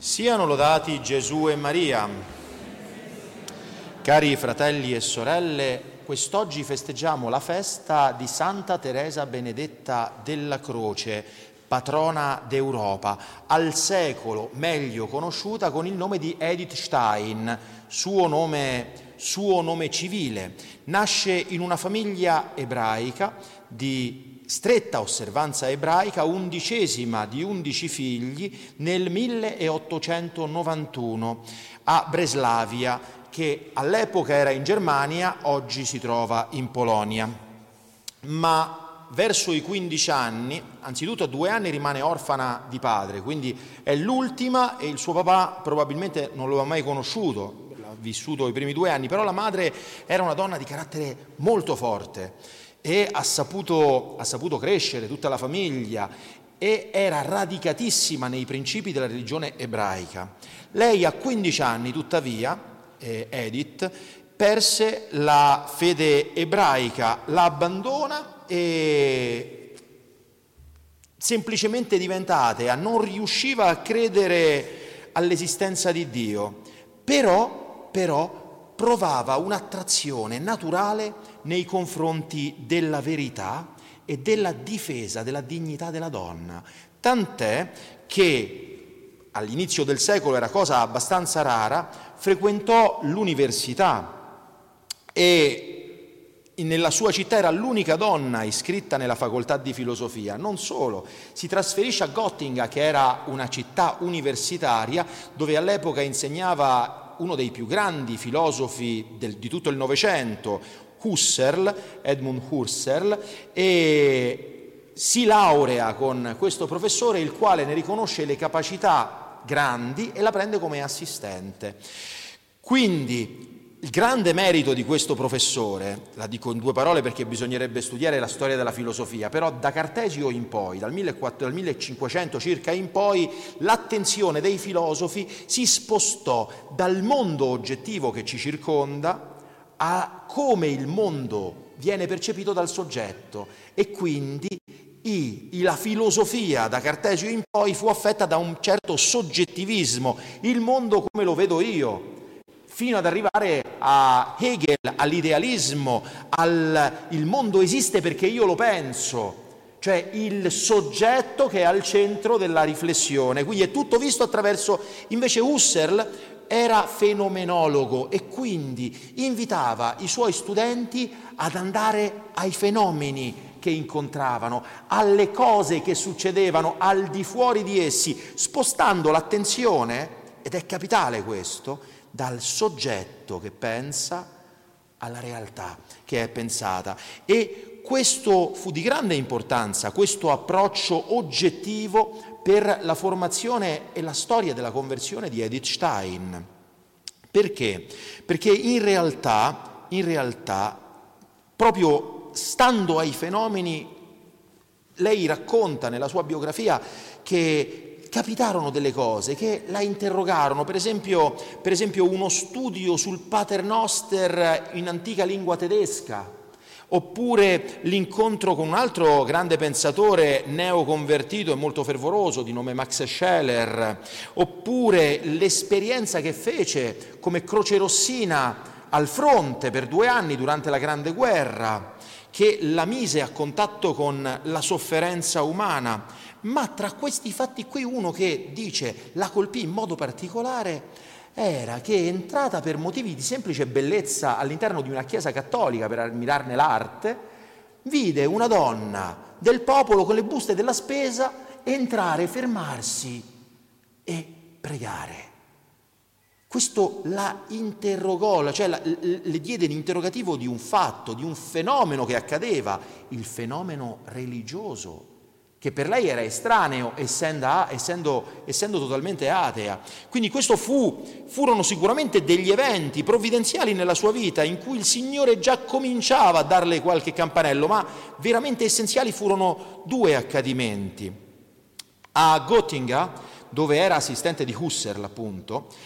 Siano lodati Gesù e Maria. Cari fratelli e sorelle, quest'oggi festeggiamo la festa di Santa Teresa Benedetta della Croce, patrona d'Europa, al secolo meglio conosciuta con il nome di Edith Stein, suo nome civile. Nasce in una famiglia ebraica di stretta osservanza ebraica, 11ª di 11 figli, nel 1891 a Breslavia, che all'epoca era in Germania, oggi si trova in Polonia. Ma verso i 15 anni, anzitutto a 2 anni rimane orfana di padre, quindi è l'ultima e il suo papà probabilmente non lo ha mai conosciuto, l'ha vissuto i primi 2 anni, però la madre era una donna di carattere molto forte e ha saputo crescere tutta la famiglia e era radicatissima nei principi della religione ebraica. Lei a 15 anni, tuttavia, Edith, perse la fede ebraica, la abbandona e semplicemente diventa atea, non riusciva a credere all'esistenza di Dio, però provava un'attrazione naturale nei confronti della verità e della difesa della dignità della donna, tant'è che all'inizio del secolo era cosa abbastanza rara, frequentò l'università e nella sua città era l'unica donna iscritta nella facoltà di filosofia. Non solo, si trasferisce a Gottinga, che era una città universitaria dove all'epoca insegnava uno dei più grandi filosofi di tutto il Novecento, Edmund Husserl, e si laurea con questo professore, il quale ne riconosce le capacità grandi e la prende come assistente. Quindi il grande merito di questo professore, la dico in 2 parole perché bisognerebbe studiare la storia della filosofia, però da Cartesio in poi, dal 1500 circa in poi, l'attenzione dei filosofi si spostò dal mondo oggettivo che ci circonda a come il mondo viene percepito dal soggetto, e quindi la filosofia da Cartesio in poi fu affetta da un certo soggettivismo, il mondo come lo vedo io, fino ad arrivare a Hegel, all'idealismo, il mondo esiste perché io lo penso, cioè il soggetto che è al centro della riflessione, quindi è tutto visto attraverso. Invece Husserl era fenomenologo e quindi invitava i suoi studenti ad andare ai fenomeni che incontravano, alle cose che succedevano al di fuori di essi, spostando l'attenzione, ed è capitale questo, dal soggetto che pensa alla realtà che è pensata. E questo fu di grande importanza, questo approccio oggettivo per la formazione e la storia della conversione di Edith Stein. Perché? Perché in realtà, proprio stando ai fenomeni, lei racconta nella sua biografia che capitarono delle cose che la interrogarono, per esempio uno studio sul Paternoster in antica lingua tedesca, oppure l'incontro con un altro grande pensatore neoconvertito e molto fervoroso di nome Max Scheler, oppure l'esperienza che fece come crocerossina al fronte per 2 anni durante la Grande Guerra, che la mise a contatto con la sofferenza umana. Ma tra questi fatti qui uno che dice la colpì in modo particolare era che, entrata per motivi di semplice bellezza all'interno di una chiesa cattolica per ammirarne l'arte, vide una donna del popolo con le buste della spesa entrare, fermarsi e pregare. Questo la interrogò, cioè le diede l'interrogativo di un fatto, di un fenomeno che accadeva, il fenomeno religioso, che per lei era estraneo, essendo totalmente atea. Quindi questo furono sicuramente degli eventi provvidenziali nella sua vita in cui il Signore già cominciava a darle qualche campanello, ma veramente essenziali furono 2 accadimenti. A Gottinga, dove era assistente di Husserl appunto,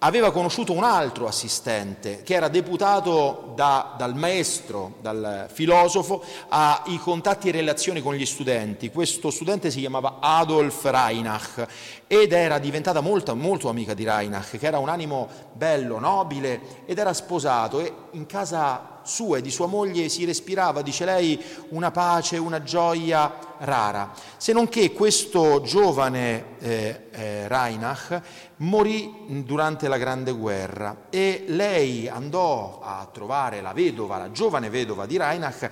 aveva conosciuto un altro assistente che era deputato dal maestro, dal filosofo, ai contatti e relazioni con gli studenti. Questo studente si chiamava Adolf Reinach ed era diventata molto, molto amica di Reinach, che era un animo bello, nobile, ed era sposato, e in casa sua e di sua moglie si respirava, dice lei, una pace, una gioia rara. Se non che questo giovane Reinach morì durante la Grande Guerra e lei andò a trovare la vedova, la giovane vedova di Reinach,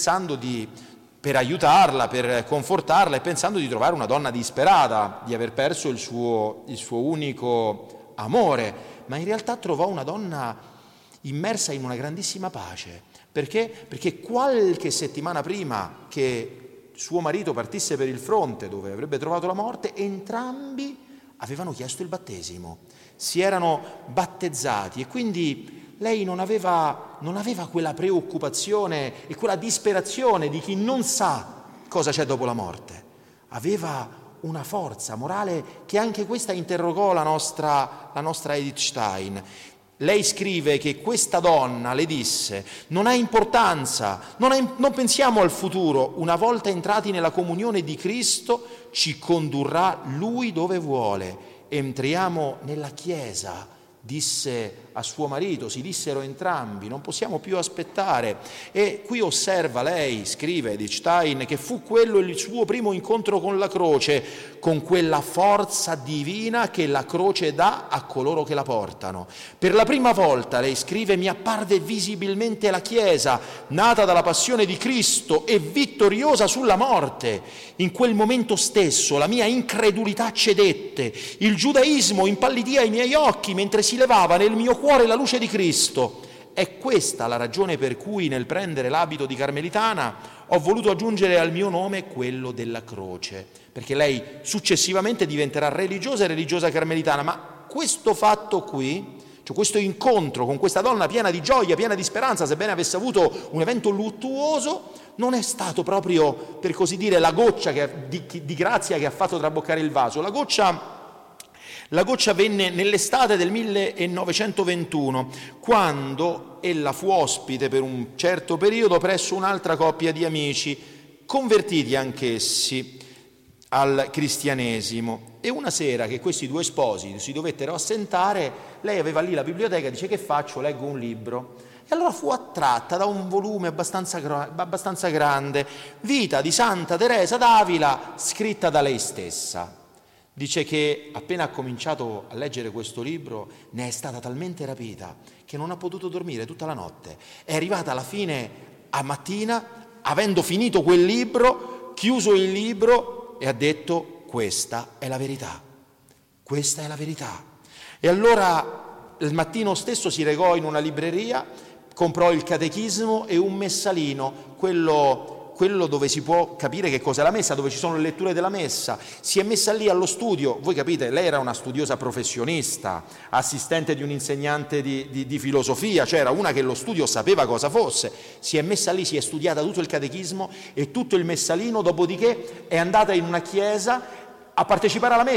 per aiutarla, per confortarla, e pensando di trovare una donna disperata, di aver perso il suo unico amore, ma in realtà trovò una donna immersa in una grandissima pace. Perché? Perché qualche settimana prima che suo marito partisse per il fronte, dove avrebbe trovato la morte, entrambi avevano chiesto il battesimo, si erano battezzati, e quindi lei non aveva quella preoccupazione e quella disperazione di chi non sa cosa c'è dopo la morte. Aveva una forza morale che anche questa interrogò la nostra Edith Stein. Lei scrive che questa donna le disse: non ha importanza, non pensiamo al futuro, una volta entrati nella comunione di Cristo ci condurrà Lui dove vuole. Entriamo nella Chiesa, disse a suo marito, si dissero entrambi, non possiamo più aspettare. E qui osserva lei, scrive Edith Stein, che fu quello il suo primo incontro con la croce, con quella forza divina che la croce dà a coloro che la portano. Per la prima volta, lei scrive, mi apparve visibilmente la Chiesa, nata dalla passione di Cristo e vittoriosa sulla morte. In quel momento stesso la mia incredulità cedette, il giudaismo impallidì ai miei occhi mentre si levava nel mio cuore la luce di Cristo. È questa la ragione per cui nel prendere l'abito di carmelitana ho voluto aggiungere al mio nome quello della croce, perché lei successivamente diventerà religiosa carmelitana, ma questo fatto qui, cioè questo incontro con questa donna piena di gioia, piena di speranza, sebbene avesse avuto un evento luttuoso, non è stato proprio, per così dire, la goccia di grazia che ha fatto traboccare il vaso. La goccia venne nell'estate del 1921, quando ella fu ospite per un certo periodo presso un'altra coppia di amici, convertiti anch'essi al cristianesimo. E una sera che questi due sposi si dovettero assentare, lei aveva lì la biblioteca, dice: che faccio? Leggo un libro. E allora fu attratta da un volume abbastanza grande, Vita di Santa Teresa d'Avila, scritta da lei stessa. Dice che appena ha cominciato a leggere questo libro ne è stata talmente rapita che non ha potuto dormire tutta la notte. È arrivata alla fine a mattina, avendo finito quel libro, chiuso il libro, e ha detto: questa è la verità, questa è la verità. E allora il mattino stesso si recò in una libreria, comprò il catechismo e un messalino, quello dove si può capire che cos'è la messa, dove ci sono le letture della messa. Si è messa lì allo studio, voi capite, lei era una studiosa professionista, assistente di un insegnante di filosofia, cioè era una che lo studio sapeva cosa fosse. Si è messa lì, si è studiata tutto il catechismo e tutto il messalino, dopodiché è andata in una chiesa a partecipare alla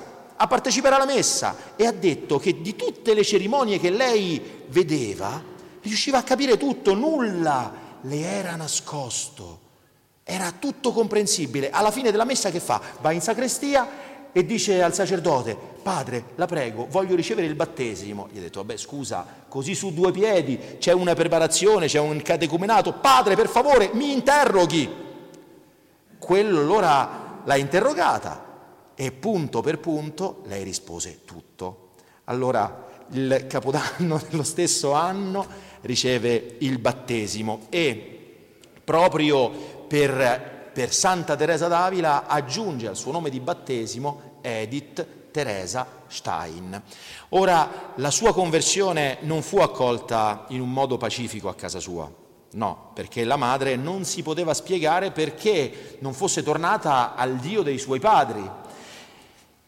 messa, e ha detto che di tutte le cerimonie che lei vedeva riusciva a capire tutto, nulla le era nascosto. Era tutto comprensibile. Alla fine della messa che fa? Va in sacrestia e dice al sacerdote: padre, la prego, voglio ricevere il battesimo. Gli ha detto: vabbè, scusa, così su due piedi, c'è una preparazione, c'è un catecumenato, padre, per favore, mi interroghi. Quello allora l'ha interrogata e punto per punto lei rispose tutto. Allora il Capodanno dello stesso anno riceve il battesimo e proprio per Santa Teresa d'Avila aggiunge al suo nome di battesimo Edith Teresa Stein. Ora, la sua conversione non fu accolta in un modo pacifico a casa sua, no, perché la madre non si poteva spiegare perché non fosse tornata al Dio dei suoi padri.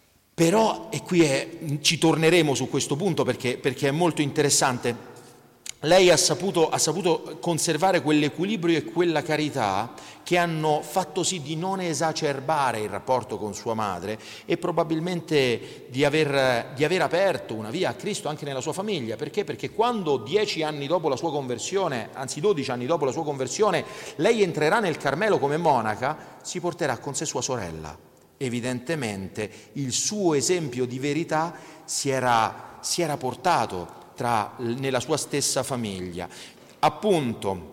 Però, e qui ci torneremo su questo punto perché è molto interessante, lei ha saputo conservare quell'equilibrio e quella carità che hanno fatto sì di non esacerbare il rapporto con sua madre e probabilmente di aver aperto una via a Cristo anche nella sua famiglia. Perché? Perché quando 10 anni dopo la sua conversione, anzi 12 anni dopo la sua conversione, lei entrerà nel Carmelo come monaca, si porterà con sé sua sorella. Evidentemente il suo esempio di verità si era portato nella sua stessa famiglia. Appunto,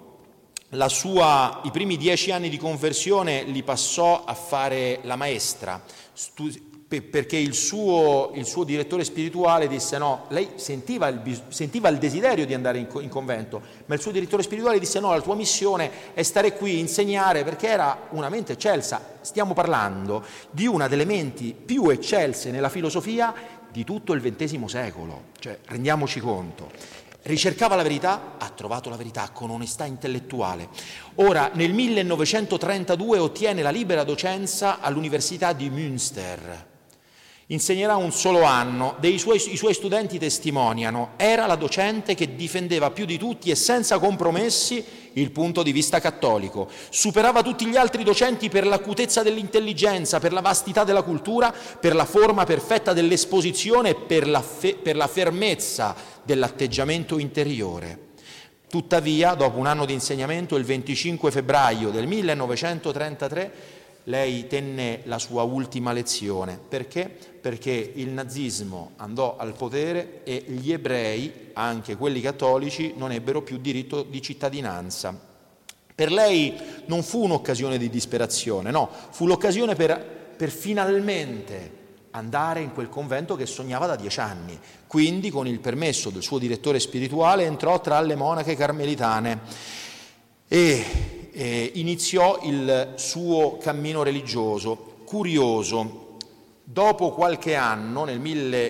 i primi 10 anni di conversione li passò a fare la maestra, perché il suo direttore spirituale disse no, lei sentiva il desiderio di andare in convento, ma il suo direttore spirituale disse no, la tua missione è stare qui, insegnare, perché era una mente eccelsa. Stiamo parlando di una delle menti più eccelse nella filosofia di tutto il XX secolo, cioè rendiamoci conto. Ricercava la verità, ha trovato la verità con onestà intellettuale. Ora, nel 1932 ottiene la libera docenza all'Università di Münster. Insegnerà un solo anno, i suoi studenti testimoniano, era la docente che difendeva più di tutti e senza compromessi il punto di vista cattolico, superava tutti gli altri docenti per l'acutezza dell'intelligenza, per la vastità della cultura, per la forma perfetta dell'esposizione e per la fermezza dell'atteggiamento interiore. Tuttavia, dopo un anno di insegnamento, il 25 febbraio del 1933, lei tenne la sua ultima lezione. Perché? Perché il nazismo andò al potere e gli ebrei, anche quelli cattolici, non ebbero più diritto di cittadinanza. Per lei non fu un'occasione di disperazione, no, fu l'occasione per finalmente andare in quel convento che sognava da 10 anni. Quindi, con il permesso del suo direttore spirituale, entrò tra le monache carmelitane e iniziò il suo cammino religioso. Curioso, dopo qualche anno, nel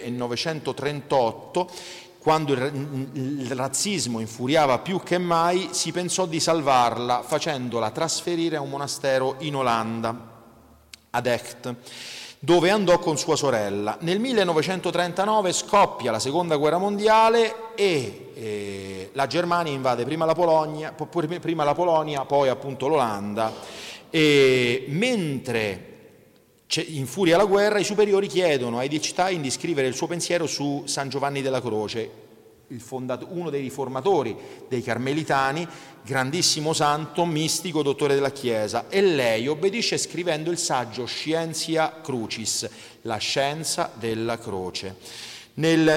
1938, quando il razzismo infuriava più che mai, si pensò di salvarla facendola trasferire a un monastero in Olanda, ad Echt, dove andò con sua sorella. Nel 1939 scoppia la Seconda Guerra Mondiale e la Germania invade prima la Polonia, poi appunto l'Olanda, e mentre infuria la guerra, i superiori chiedono a Edith Stein di scrivere il suo pensiero su San Giovanni della Croce, uno dei riformatori dei Carmelitani, grandissimo santo, mistico, dottore della Chiesa, e lei obbedisce scrivendo il saggio Scientia Crucis, la scienza della croce. Nel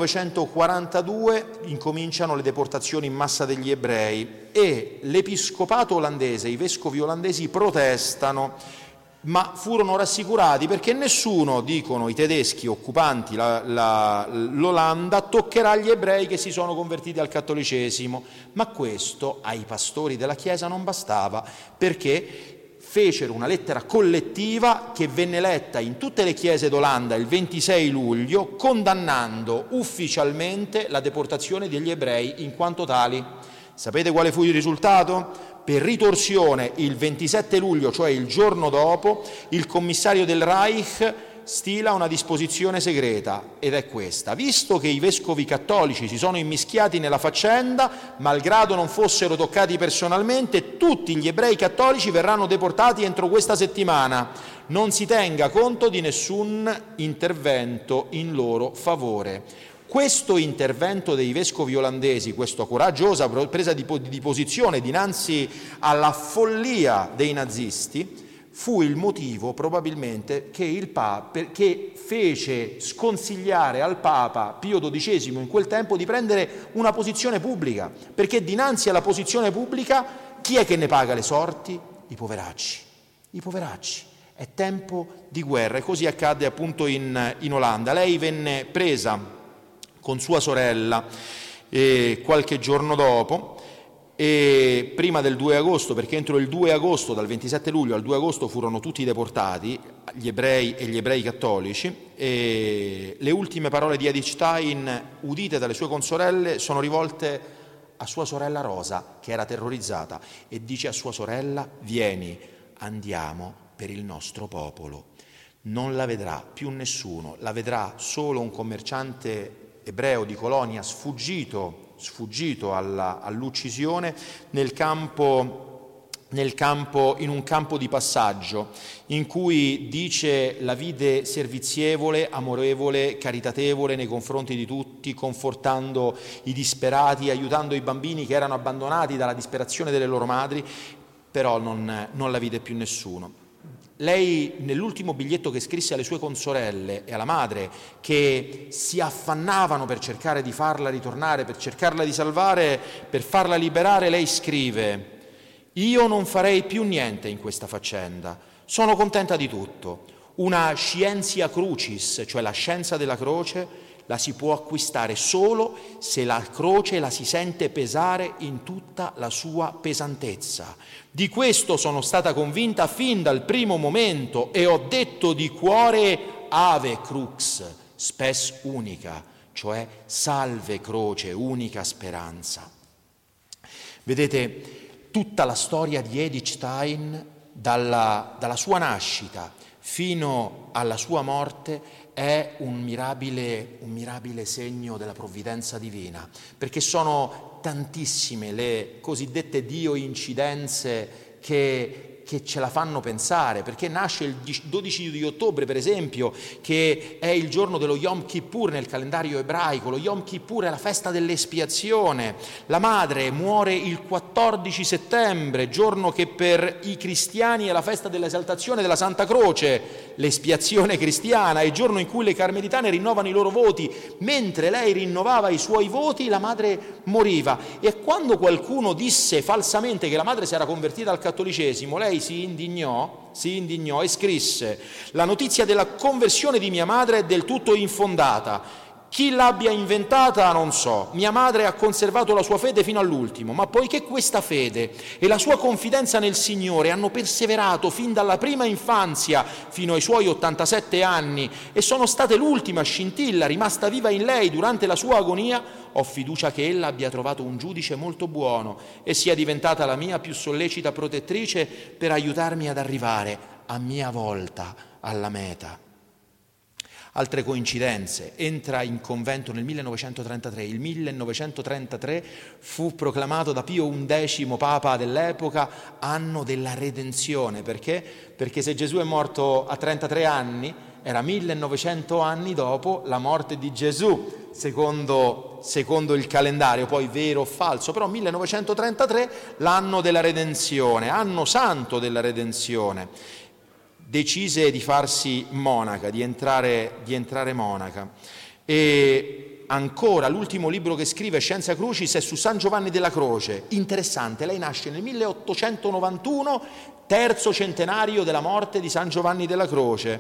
1942 incominciano le deportazioni in massa degli ebrei e l'episcopato olandese, i vescovi olandesi protestano, ma furono rassicurati perché nessuno, dicono i tedeschi occupanti l'Olanda, toccherà gli ebrei che si sono convertiti al cattolicesimo. Ma questo ai pastori della Chiesa non bastava, perché fecero una lettera collettiva che venne letta in tutte le chiese d'Olanda il 26 luglio, condannando ufficialmente la deportazione degli ebrei in quanto tali. Sapete quale fu il risultato? Per ritorsione, il 27 luglio, cioè il giorno dopo, il commissario del Reich stila una disposizione segreta, ed è questa: visto che i vescovi cattolici si sono immischiati nella faccenda, malgrado non fossero toccati personalmente, tutti gli ebrei cattolici verranno deportati entro questa settimana. Non si tenga conto di nessun intervento in loro favore. Questo intervento dei vescovi olandesi, questa coraggiosa presa di posizione dinanzi alla follia dei nazisti, fu il motivo probabilmente che fece sconsigliare al Papa Pio XII in quel tempo di prendere una posizione pubblica, perché dinanzi alla posizione pubblica chi è che ne paga le sorti? I poveracci. È tempo di guerra, e così accadde appunto in Olanda. Lei venne presa con sua sorella qualche giorno dopo, e prima del 2 agosto, perché entro il 2 agosto, dal 27 luglio al 2 agosto, furono tutti deportati, gli ebrei e gli ebrei cattolici, e le ultime parole di Edith Stein, udite dalle sue consorelle, sono rivolte a sua sorella Rosa, che era terrorizzata, e dice a sua sorella: vieni, andiamo per il nostro popolo. Non la vedrà più nessuno, la vedrà solo un commerciante ebreo di Colonia sfuggito sfuggito all'uccisione in un campo di passaggio, in cui dice la vide servizievole, amorevole, caritatevole nei confronti di tutti, confortando i disperati, aiutando i bambini che erano abbandonati dalla disperazione delle loro madri, però non la vide più nessuno. Lei, nell'ultimo biglietto che scrisse alle sue consorelle e alla madre, che si affannavano per cercare di farla ritornare, per cercarla di salvare, per farla liberare, lei scrive: io non farei più niente in questa faccenda, sono contenta di tutto. Una scientia crucis, cioè la scienza della croce, la si può acquistare solo se la croce la si sente pesare in tutta la sua pesantezza. Di questo sono stata convinta fin dal primo momento e ho detto di cuore ave crux, spes unica, cioè salve croce, unica speranza. Vedete, tutta la storia di Edith Stein, dalla sua nascita fino alla sua morte, è un mirabile segno della provvidenza divina, perché sono tantissime le cosiddette dio-incidenze che ce la fanno pensare, perché nasce il 12 di ottobre, per esempio, che è il giorno dello Yom Kippur nel calendario ebraico. Lo Yom Kippur è la festa dell'espiazione. La madre muore il 14 settembre, giorno che per i cristiani è la festa dell'esaltazione della Santa Croce, l'espiazione cristiana, è il giorno in cui le carmelitane rinnovano i loro voti. Mentre lei rinnovava i suoi voti, la madre moriva. E quando qualcuno disse falsamente che la madre si era convertita al cattolicesimo, lei si indignò e scrisse: la notizia della conversione di mia madre è del tutto infondata. Chi l'abbia inventata non so, mia madre ha conservato la sua fede fino all'ultimo, ma poiché questa fede e la sua confidenza nel Signore hanno perseverato fin dalla prima infanzia fino ai suoi 87 anni e sono state l'ultima scintilla rimasta viva in lei durante la sua agonia, ho fiducia che ella abbia trovato un giudice molto buono e sia diventata la mia più sollecita protettrice per aiutarmi ad arrivare a mia volta alla meta. Altre coincidenze: entra in convento nel 1933. Il 1933 fu proclamato da Pio XI, Papa dell'epoca, anno della redenzione. Perché? Perché se Gesù è morto a 33 anni, era 1900 anni dopo la morte di Gesù, secondo il calendario, poi vero o falso, però 1933 l'anno della redenzione, anno santo della redenzione. Decise di farsi monaca, di entrare monaca. E ancora l'ultimo libro che scrive, Scientia Crucis, è su San Giovanni della Croce. Interessante, lei nasce nel 1891, terzo centenario della morte di San Giovanni della Croce,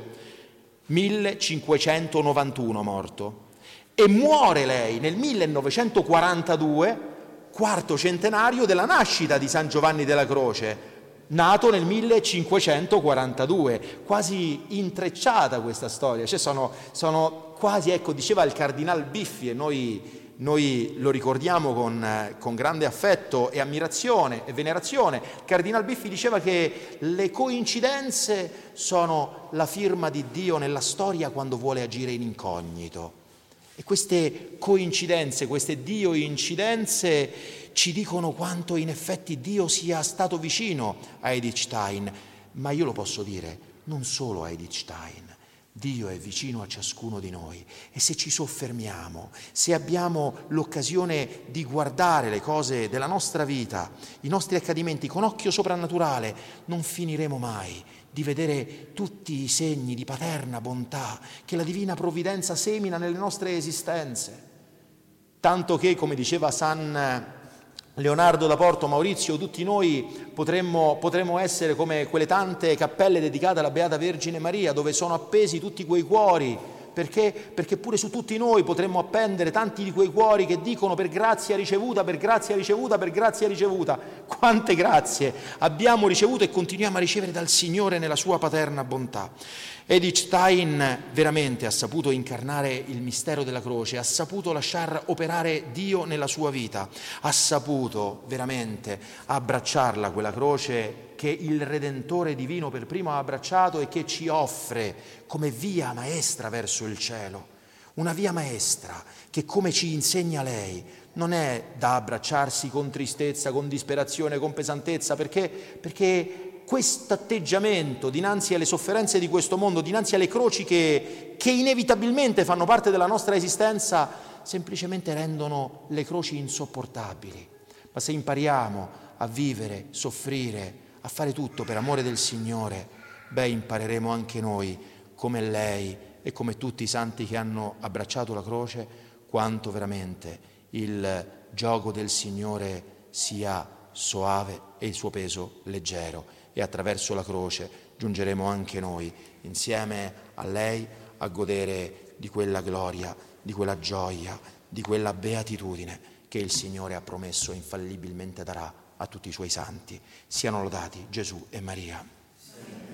1591 morto, e muore lei nel 1942, quarto centenario della nascita di San Giovanni della Croce, nato nel 1542, quasi intrecciata questa storia, cioè sono quasi, ecco, diceva il Cardinal Biffi, e noi lo ricordiamo con grande affetto e ammirazione e venerazione. Il Cardinal Biffi diceva che le coincidenze sono la firma di Dio nella storia quando vuole agire in incognito. E queste coincidenze, queste dio-incidenze ci dicono quanto in effetti Dio sia stato vicino a Edith Stein, ma io lo posso dire, non solo a Edith Stein. Dio è vicino a ciascuno di noi e se ci soffermiamo, se abbiamo l'occasione di guardare le cose della nostra vita, i nostri accadimenti con occhio soprannaturale, non finiremo mai di vedere tutti i segni di paterna bontà che la divina provvidenza semina nelle nostre esistenze. Tanto che, come diceva San Leonardo da Porto Maurizio, tutti noi potremmo essere come quelle tante cappelle dedicate alla Beata Vergine Maria, dove sono appesi tutti quei cuori, perché pure su tutti noi potremmo appendere tanti di quei cuori che dicono per grazia ricevuta, per grazia ricevuta, per grazia ricevuta. Quante grazie abbiamo ricevuto e continuiamo a ricevere dal Signore nella sua paterna bontà. Edith Stein veramente ha saputo incarnare il mistero della croce, ha saputo lasciar operare Dio nella sua vita, ha saputo veramente abbracciarla quella croce che il Redentore divino per primo ha abbracciato e che ci offre come via maestra verso il cielo. una via maestra che, come ci insegna lei, non è da abbracciarsi con tristezza, con disperazione, con pesantezza, perché questo atteggiamento dinanzi alle sofferenze di questo mondo, dinanzi alle croci che inevitabilmente fanno parte della nostra esistenza, semplicemente rendono le croci insopportabili. Ma se impariamo a vivere, soffrire, a fare tutto per amore del Signore, impareremo anche noi, come lei e come tutti i santi che hanno abbracciato la croce, quanto veramente il giogo del Signore sia soave e il suo peso leggero, e attraverso la croce giungeremo anche noi, insieme a lei, a godere di quella gloria, di quella gioia, di quella beatitudine che il Signore ha promesso e infallibilmente darà a tutti i suoi santi. Siano lodati Gesù e Maria.